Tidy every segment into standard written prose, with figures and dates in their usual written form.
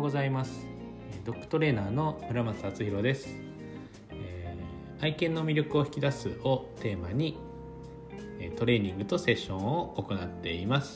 ございます。ドッグトレーナーの村松敦弘です。愛犬の魅力を引き出すをテーマにトレーニングとセッションを行っています。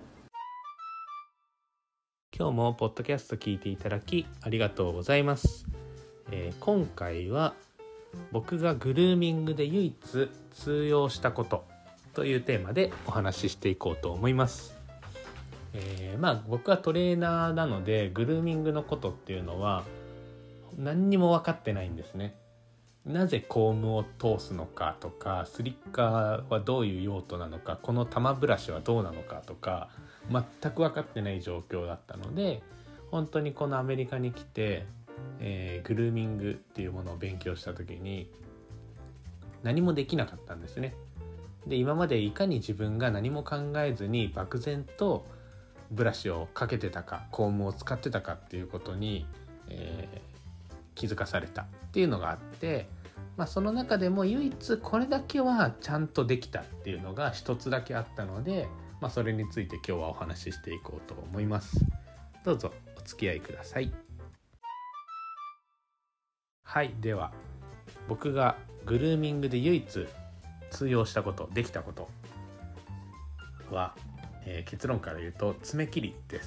今日もポッドキャスト聞いていただきありがとうございます。今回は僕がグルーミングで唯一通用したことというテーマでお話ししていこうと思います。僕はトレーナーなのでグルーミングのことっていうのは何にも分かってないんですね。なぜコームを通すのかとか、スリッカーはどういう用途なのか、この玉ブラシはどうなのかとか全く分かってない状況だったので、本当にこのアメリカに来て、グルーミングっていうものを勉強した時に何もできなかったんですね。で、今までいかに自分が何も考えずに漠然とブラシをかけてたか、コームを使ってたかっていうことに、気づかされたっていうのがあって、その中でも唯一これだけはちゃんとできたっていうのが一つだけあったので、それについて今日はお話ししていこうと思います。どうぞお付き合いください。はい、では僕がグルーミングで唯一通用したこと、できたことは、結論から言うと爪切りです。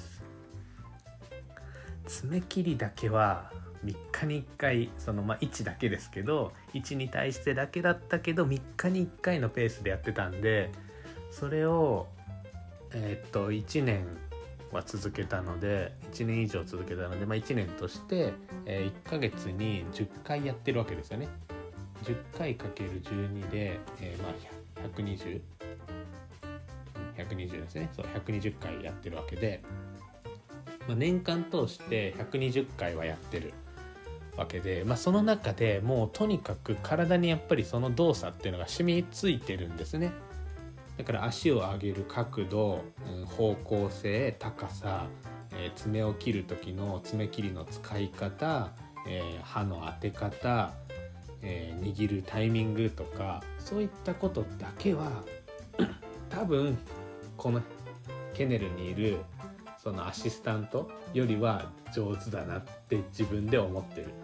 爪切りだけは3日に1回、位置だけですけど、位置に対してだけだったけど3日に1回のペースでやってたんで、それを1年は続けたので、1年以上続けたので、1年として、1ヶ月に10回やってるわけですよね。10回 ×12 で、120ですね。そう、120回やってるわけで、年間通して120回はやってるわけで、その中でもうとにかく体にやっぱりその動作っていうのが染みついてるんですね。だから足を上げる角度、方向性、高さ、爪を切る時の爪切りの使い方、刃の当て方、握るタイミングとか、そういったことだけは多分このケネルにいるそのアシスタントよりは上手だなって自分で思ってる。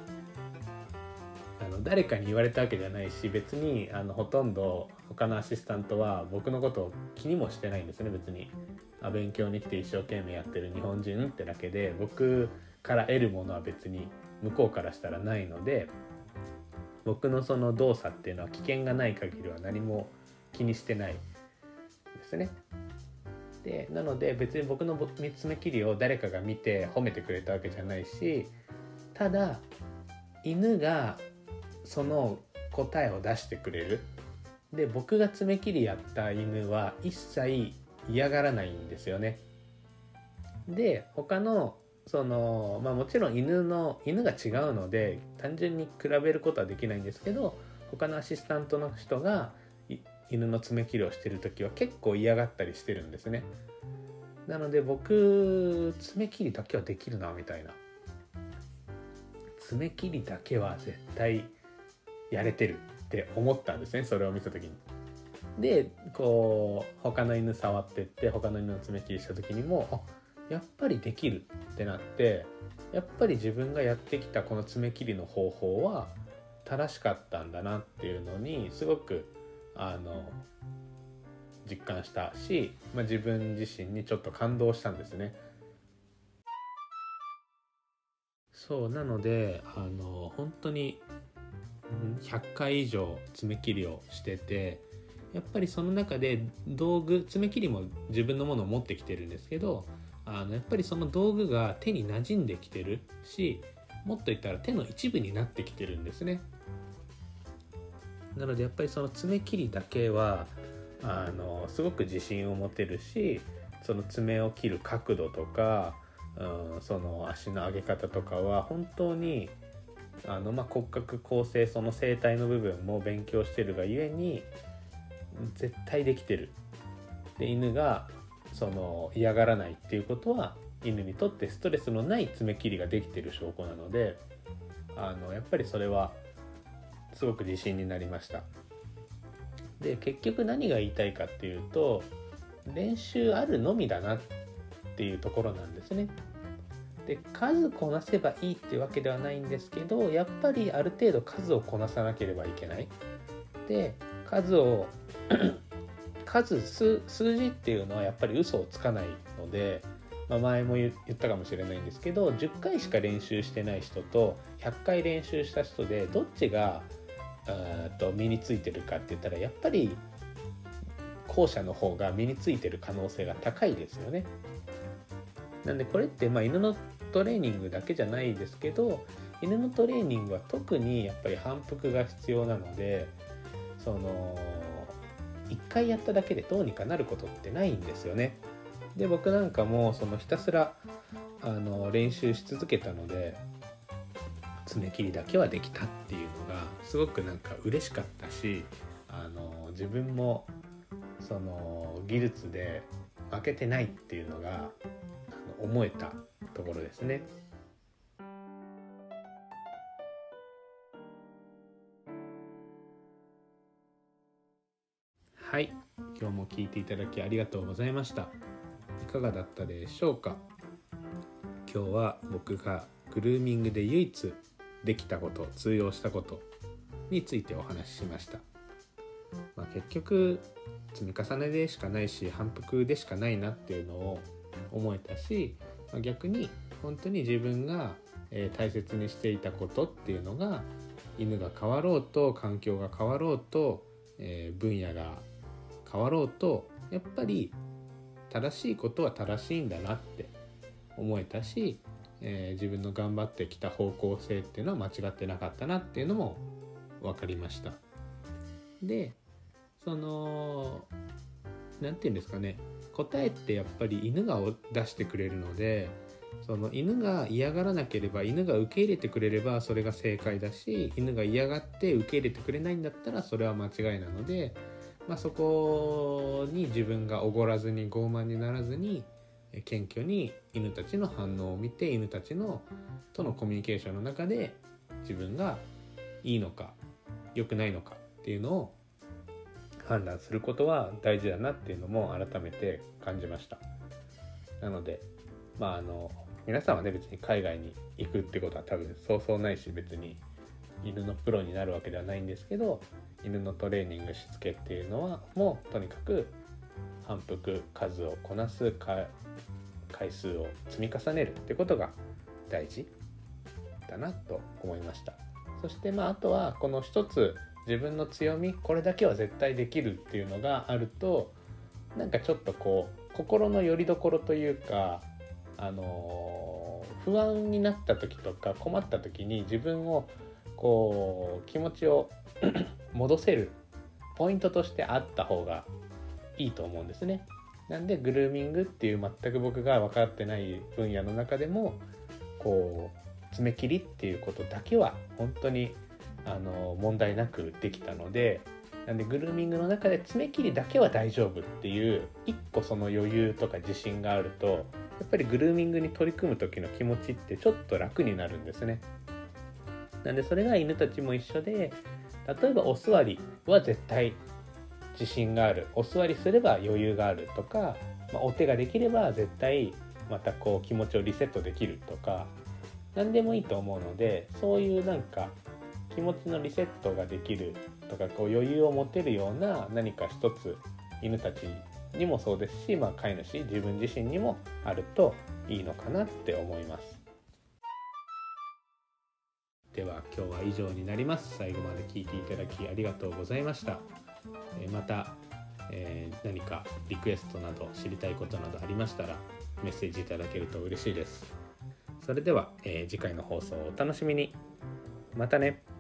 誰かに言われたわけじゃないし、別にほとんど他のアシスタントは僕のことを気にもしてないんですね。別に勉強に来て一生懸命やってる日本人ってだけで、僕から得るものは別に向こうからしたらないので、僕のその動作っていうのは危険がない限りは何も気にしてないですね。で、なので別に僕の爪切りを誰かが見て褒めてくれたわけじゃないし、ただ犬がその答えを出してくれる。で、僕が爪切りやった犬は一切嫌がらないんですよね。で、他のもちろん犬が違うので単純に比べることはできないんですけど、他のアシスタントの人が犬の爪切りをしてるときは結構嫌がったりしてるんですね。なので僕、爪切りだけはできるなみたいな、爪切りだけは絶対やれてるって思ったんですね、それを見たときに。で、他の犬触ってって、他の犬の爪切りしたときにも、やっぱりできるってなって、やっぱり自分がやってきたこの爪切りの方法は正しかったんだなっていうのにすごく実感したし、自分自身にちょっと感動したんですね。そうなので本当に100回以上爪切りをしてて、やっぱりその中で道具、爪切りも自分のものを持ってきてるんですけど、やっぱりその道具が手に馴染んできてるし、もっと言ったら手の一部になってきてるんですね。なのでやっぱりその爪切りだけはすごく自信を持てるし、その爪を切る角度とか、その足の上げ方とかは本当に骨格構成、その生態の部分も勉強してるがゆえに絶対できてる。で、犬が嫌がらないっていうことは犬にとってストレスのない爪切りができてる証拠なので、やっぱりそれはすごく自信になりました。で、結局何が言いたいかっていうと、練習あるのみだなっていうところなんですね。 で数こなせばいいっていうわけではないんですけど、やっぱりある程度数をこなさなければいけない。で数字っていうのはやっぱり嘘をつかないので、前も言ったかもしれないんですけど、10回しか練習してない人と100回練習した人でどっちが身についてるかって言ったら、やっぱり後者の方が身についてる可能性が高いですよね。なんでこれって犬のトレーニングだけじゃないですけど、犬のトレーニングは特にやっぱり反復が必要なので、1回やっただけでどうにかなることってないんですよね。で僕なんかもひたすら練習し続けたので、爪切りだけはできたっていうのがすごく嬉しかったし、自分も技術で負けてないっていうのが思えたところですね。はい、今日も聞いていただきありがとうございました。いかがだったでしょうか。今日は僕がグルーミングで唯一できたこと、通用したことについてお話ししました。結局積み重ねでしかないし、反復でしかないなっていうのを思えたし、逆に本当に自分が大切にしていたことっていうのが、犬が変わろうと環境が変わろうと分野が変わろうと、やっぱり正しいことは正しいんだなって思えたし、自分の頑張ってきた方向性っていうのは間違ってなかったなっていうのも分かりました。でなんていうんですかね、答えってやっぱり犬が出してくれるので、犬が嫌がらなければ、犬が受け入れてくれればそれが正解だし、犬が嫌がって受け入れてくれないんだったらそれは間違いなので、そこに自分がおごらずに傲慢にならずに、謙虚に犬たちの反応を見て、犬たちとのコミュニケーションの中で自分がいいのか良くないのかっていうのを判断することは大事だなっていうのも改めて感じました。なので皆さんはね、別に海外に行くってことは多分そうそうないし、別に犬のプロになるわけではないんですけど、犬のトレーニングしつけっていうのはもうとにかく反復、数をこなす、回数を積み重ねるってことが大事だなと思いました。そしてあとはこの一つ自分の強み、これだけは絶対できるっていうのがあると、ちょっと心の拠り所というか、不安になった時とか困った時に自分を気持ちを戻せるポイントとしてあった方がいいと思うんですね。なんでグルーミングっていう全く僕が分かってない分野の中でも爪切りっていうことだけは本当に問題なくできたので、なんでグルーミングの中で爪切りだけは大丈夫っていう一個その余裕とか自信があると、やっぱりグルーミングに取り組む時の気持ちってちょっと楽になるんですね。なんでそれが犬たちも一緒で、例えばお座りは絶対自信がある、お座りすれば余裕があるとか、お手ができれば絶対また気持ちをリセットできるとか、何でもいいと思うので、そういう気持ちのリセットができるとか、余裕を持てるような何か一つ犬たちにもそうですし、飼い主自分自身にもあるといいのかなって思います。では今日は以上になります。最後まで聞いていただきありがとうございました。また、何かリクエストなど知りたいことなどありましたらメッセージいただけると嬉しいです。それでは、次回の放送をお楽しみに。またね。